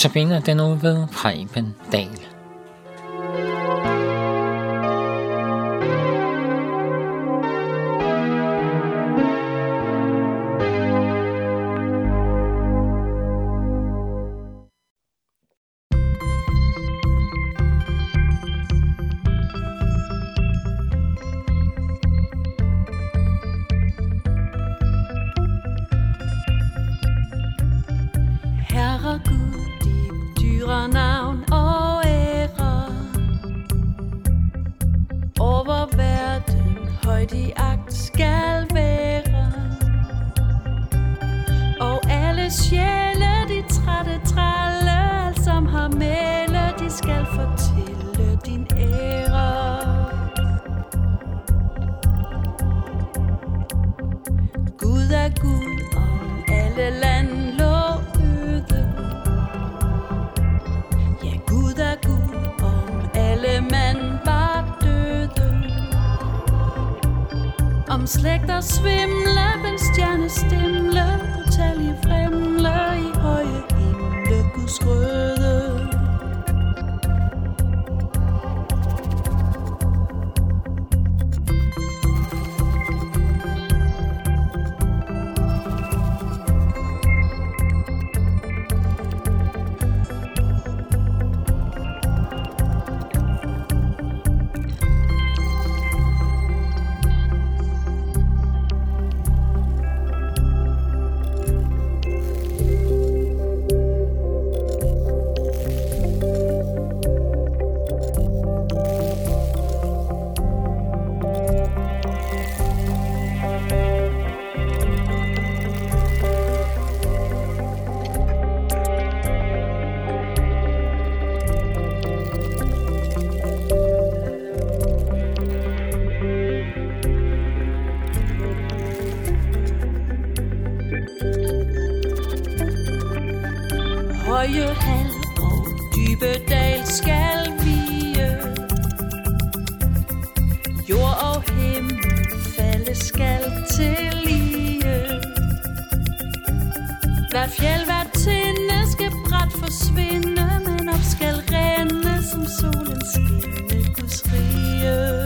Notabene den uge ved Preben Dahl. Herre Gud, dit dyre navn og ære, over verden højt i agt skal være, og alle sjæle, de trætte tralle, alt som har mæle, de skal fortælle din ære. Gud er Gud om alle land lå øde. Ja, Gud er Gud om alle mand var døde. Om slægter svimle, men stjerne stimle, utallige fremle i høje himle, Guds røde. Høje hal og dybe dal skal vige, jord og himmel falde skal til lige. Hvert fjeld, hvert tinde skal brat forsvinde, men op skal rende som solen skinne, Guds rige.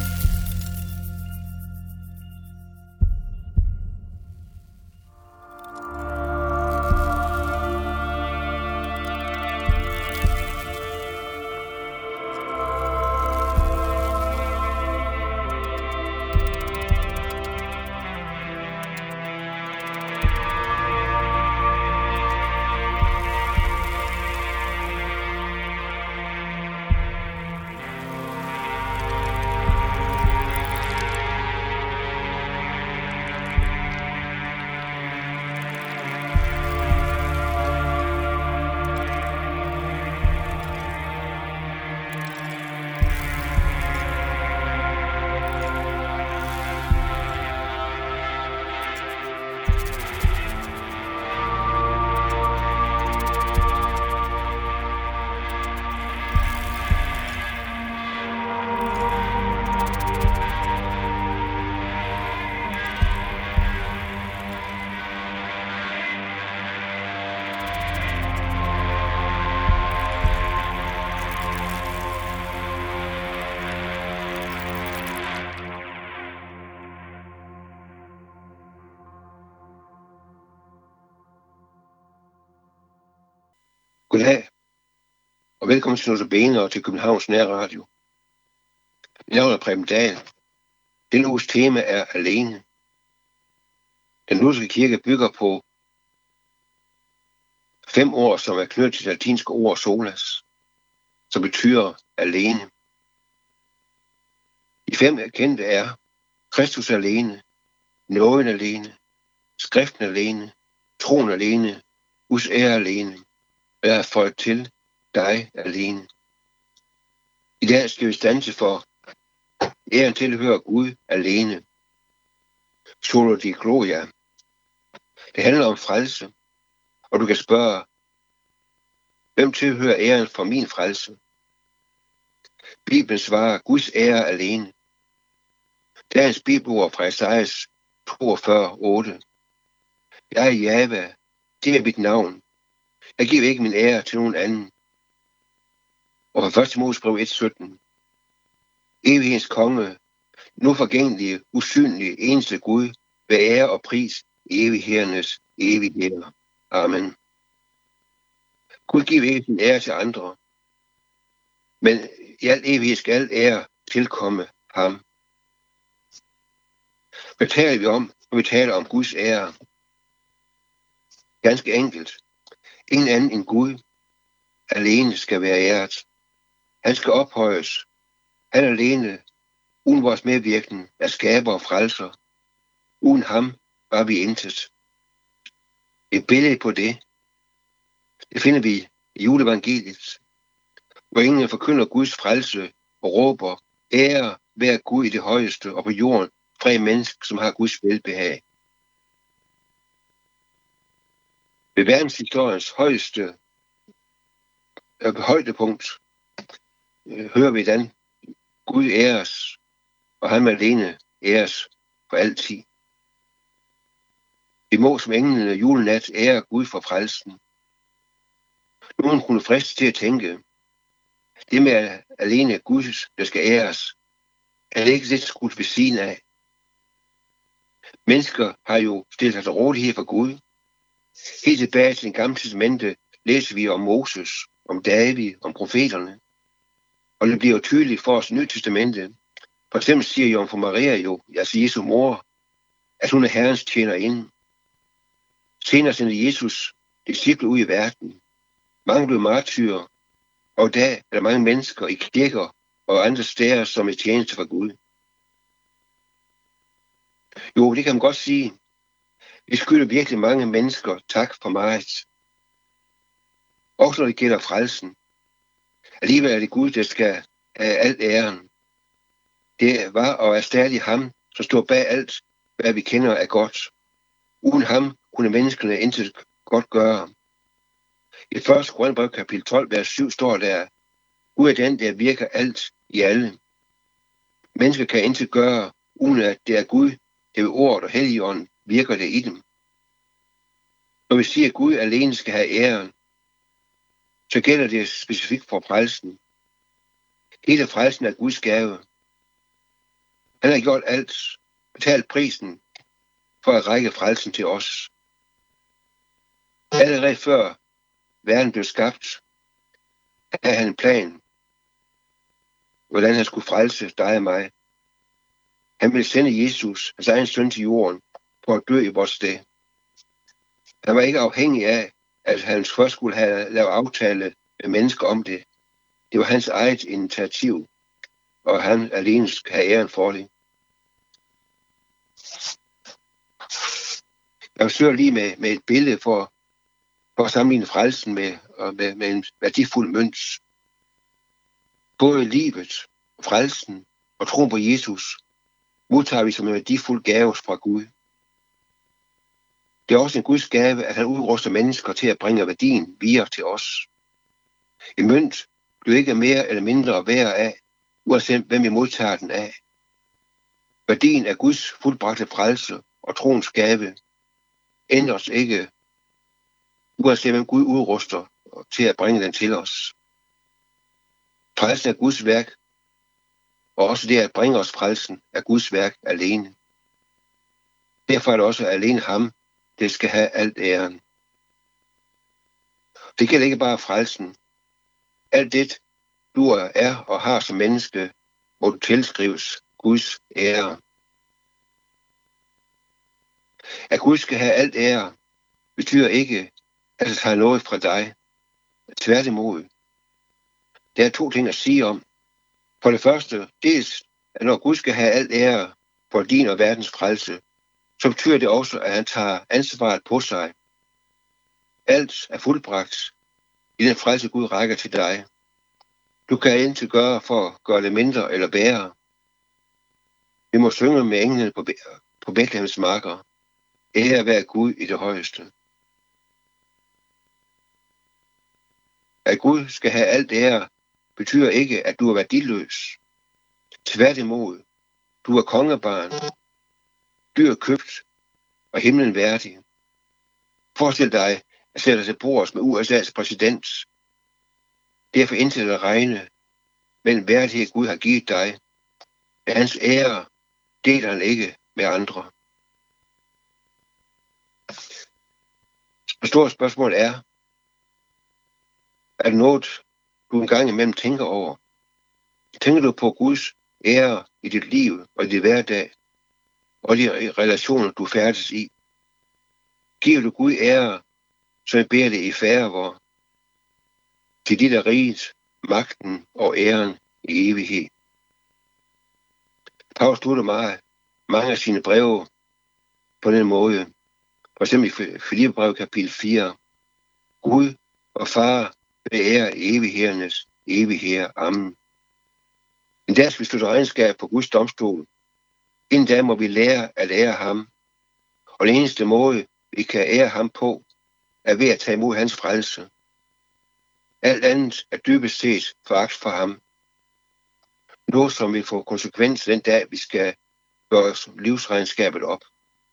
Goddag, og velkommen til Notabene og til Københavns Nærradio. Mit navn er Preben Dahl. Denne uges tema er alene. Den lutherske kirke bygger på 5 ord, som er knyttet til det latinske ord solas, som betyder alene. De 5 kendte er Kristus alene, nåden alene, skriften alene, troen alene, Guds ære alene. Og jeg har føjet til dig alene. I dag skal vi standse for æren tilhører Gud alene. Solo Deo Gloria. Det handler om frelse, og du kan spørge, hvem tilhører æren for min frelse? Bibelen svarer Guds ære alene. Dagens bibelord fra Esajas 42:8. Jeg er Jahve, det er mit navn. Jeg giver ikke min ære til nogen anden. Og fra 1. Mosebrev 1:17. Evighedens konge, nu forgængelige, usynlige, eneste Gud, ved ære og pris i evighedernes evigheder. Amen. Gud giver ikke sin ære til andre, men i al evighed skal ære tilkomme ham. Hvad taler vi om, når vi taler om Guds ære? Ganske enkelt. Ingen anden end Gud alene skal være æret. Han skal ophøjes. Han alene, uden vores medvirken, er skaber og frelser. Uden ham var vi intet. Et billede på det finder vi i juleevangeliet, hvor englen forkynder Guds frelse og råber, ære være Gud i det højeste og på jorden fred menneske, som har Guds velbehag. Ved verdenshistoriens højdepunkt hører vi, hvordan Gud æres, og han alene æres for altid. Vi må som englene julenat ære Gud for frelsen. Nogen kunne friste til at tænke, det med alene Gud, der skal æres, er det ikke lidt skudt ved siden af. Mennesker har jo stillet sig til rådighed for Gud. Helt tilbage til den gamle testamente læser vi om Moses, om David, om profeterne. Og det bliver jo tydeligt for os i Nye Testamente. For eksempel siger Jomfru Maria jo, altså Jesu mor, at hun er Herrens tjenerinde. Senere sendte Jesus disciple ud i verden. Mange blev martyrer, og i dag er der mange mennesker i kirker og andre steder, som er tjeneste for Gud. Jo, det kan man godt sige. Vi skylder virkelig mange mennesker tak for meget. Også når det gælder frelsen. Alligevel er det Gud, der skal have alt æren. Det var og er stadig ham, som står bag alt, hvad vi kender er godt. Uden ham kunne menneskene intet godt gøre. I 1. Korintherbrev kapitel 12, vers 7 står der, Gud er den, der virker alt i alle. Mennesker kan intet gøre, uden at det er Gud, der ved ordet og Helligånden virker det i dem. Når vi siger, at Gud alene skal have æren, så gælder det specifikt for frelsen. Hele frelsen er Guds gave. Han har gjort alt, betalt prisen for at række frelsen til os. Allerede før verden blev skabt, havde han en plan, hvordan han skulle frelse dig og mig. Han ville sende Jesus, hans egen søn, til jorden, for at dø i vores sted. Han var ikke afhængig af, at han først skulle have lavet aftale med mennesker om det. Det var hans eget initiativ, og han alene skal have æren for det. Jeg forsøger lige med et billede for at sammenligne frelsen med en værdifuld mønt. Både livet, frelsen og troen på Jesus modtager vi som en værdifuld gave fra Gud. Det er også en Guds gave, at han udruster mennesker til at bringe værdien videre til os. En mønt bliver ikke mere eller mindre værd af, uanset hvem vi modtager den af. Værdien af Guds fuldbragte frelse og troens gave ændres ikke, uanset hvem Gud udruster til at bringe den til os. Frelsen er Guds værk, og også det at bringe os frelsen er Guds værk alene. Derfor er det også alene ham, der skal have alt æren. Det gælder ikke bare frelsen. Alt det, du er og har som menneske, må du tilskrives Guds ære. At Gud skal have alt ære, betyder ikke, at det tager noget fra dig. Tværtimod. Der er to ting at sige om. For det første, dels, at når Gud skal have alt ære for din og verdens frelse, så betyder det også, at han tager ansvaret på sig. Alt er fuldbragt i den frelse, Gud rækker til dig. Du kan intet gøre for at gøre det mindre eller bedre. Vi må synge med englene på Betlehems marker. Ære være Gud i det højeste. At Gud skal have alt ære, betyder ikke, at du er værdiløs. Tværtimod, du er kongebarn, dyr købt og himlen værdig. Forestil dig, at sætte til bords med USA's præsident. Derfor intet at regne mellem værdighed Gud har givet dig. Af hans ære deler han ikke med andre. Et stort spørgsmål er det noget, du en gang imellem tænker over? Tænker du på Guds ære i dit liv og i dit hverdag, og de relationer, du færdes i? Giver du Gud ære, så jeg beder det i færre, til dit er riget, magten og æren i evighed. Paulus slutter mange af sine breve på den måde. For eksempel i Filipperbrevet kapitel 4. Gud og Far beære evighedernes evigheder. Amen. En dag skal vi slutte regnskab på Guds domstol. En dag må vi lære at ære ham. Og den eneste måde, vi kan ære ham på, er ved at tage imod hans frelse. Alt andet er dybest set foragt for ham. Noget, som vil få konsekvenser den dag, vi skal gøre livsregnskabet op.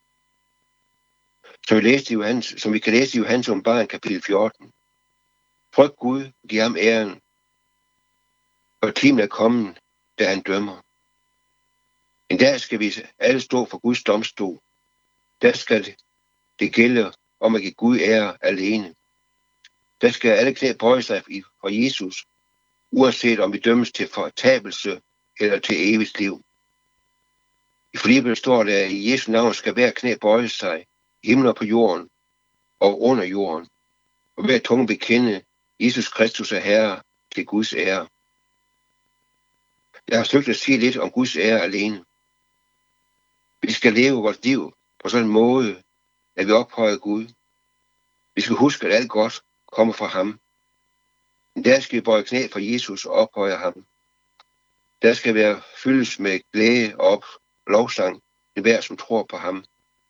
Som vi kan læse i Johannes åbenbaring kapitel 14. Frygt Gud, giv ham æren, for timen er kommet, da han dømmer. En dag skal vi alle stå for Guds domstol. Der skal det gælde om at give Gud ære alene. Der skal alle knæ bøje sig for Jesus, uanset om vi dømmes til fortabelse eller til evigt liv. I Filipperbrevet står der, at i Jesu navn skal hver knæ bøje sig, himlen på jorden og under jorden, og hver tunge bekende, Jesus Kristus er Herre til Guds ære. Jeg har søgt at sige lidt om Guds ære alene. Vi skal leve vores liv på sådan en måde, at vi ophøjer Gud. Vi skal huske, at alt godt kommer fra ham. Der skal vi bøje knæ for Jesus og ophøje ham. Der skal være fyldes med glæde og lovsang til hver, som tror på ham.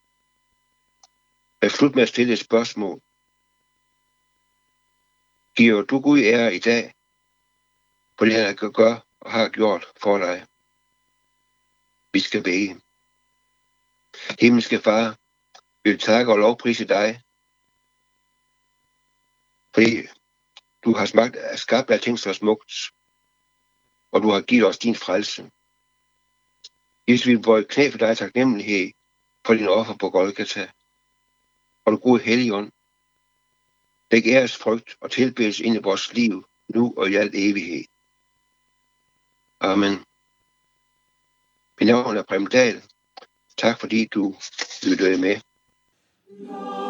Jeg slut med at stille et spørgsmål. Giver du Gud ære i dag på det, han gør og har gjort for dig? Vi skal bede. Himmelske Far, vi vil takke og lovprise dig, fordi du har skabt alting så smukt, og du har givet os din frelse. Jesus, vi vil bøje knæ for dig taknemmelighed for din offer på Golgata. Og du gode Helligånd, læg æres frygt og tilbedelse ind i vores liv, nu og i al evighed. Amen. Mit navn er Preben Dahl. Tak fordi du lyttede med.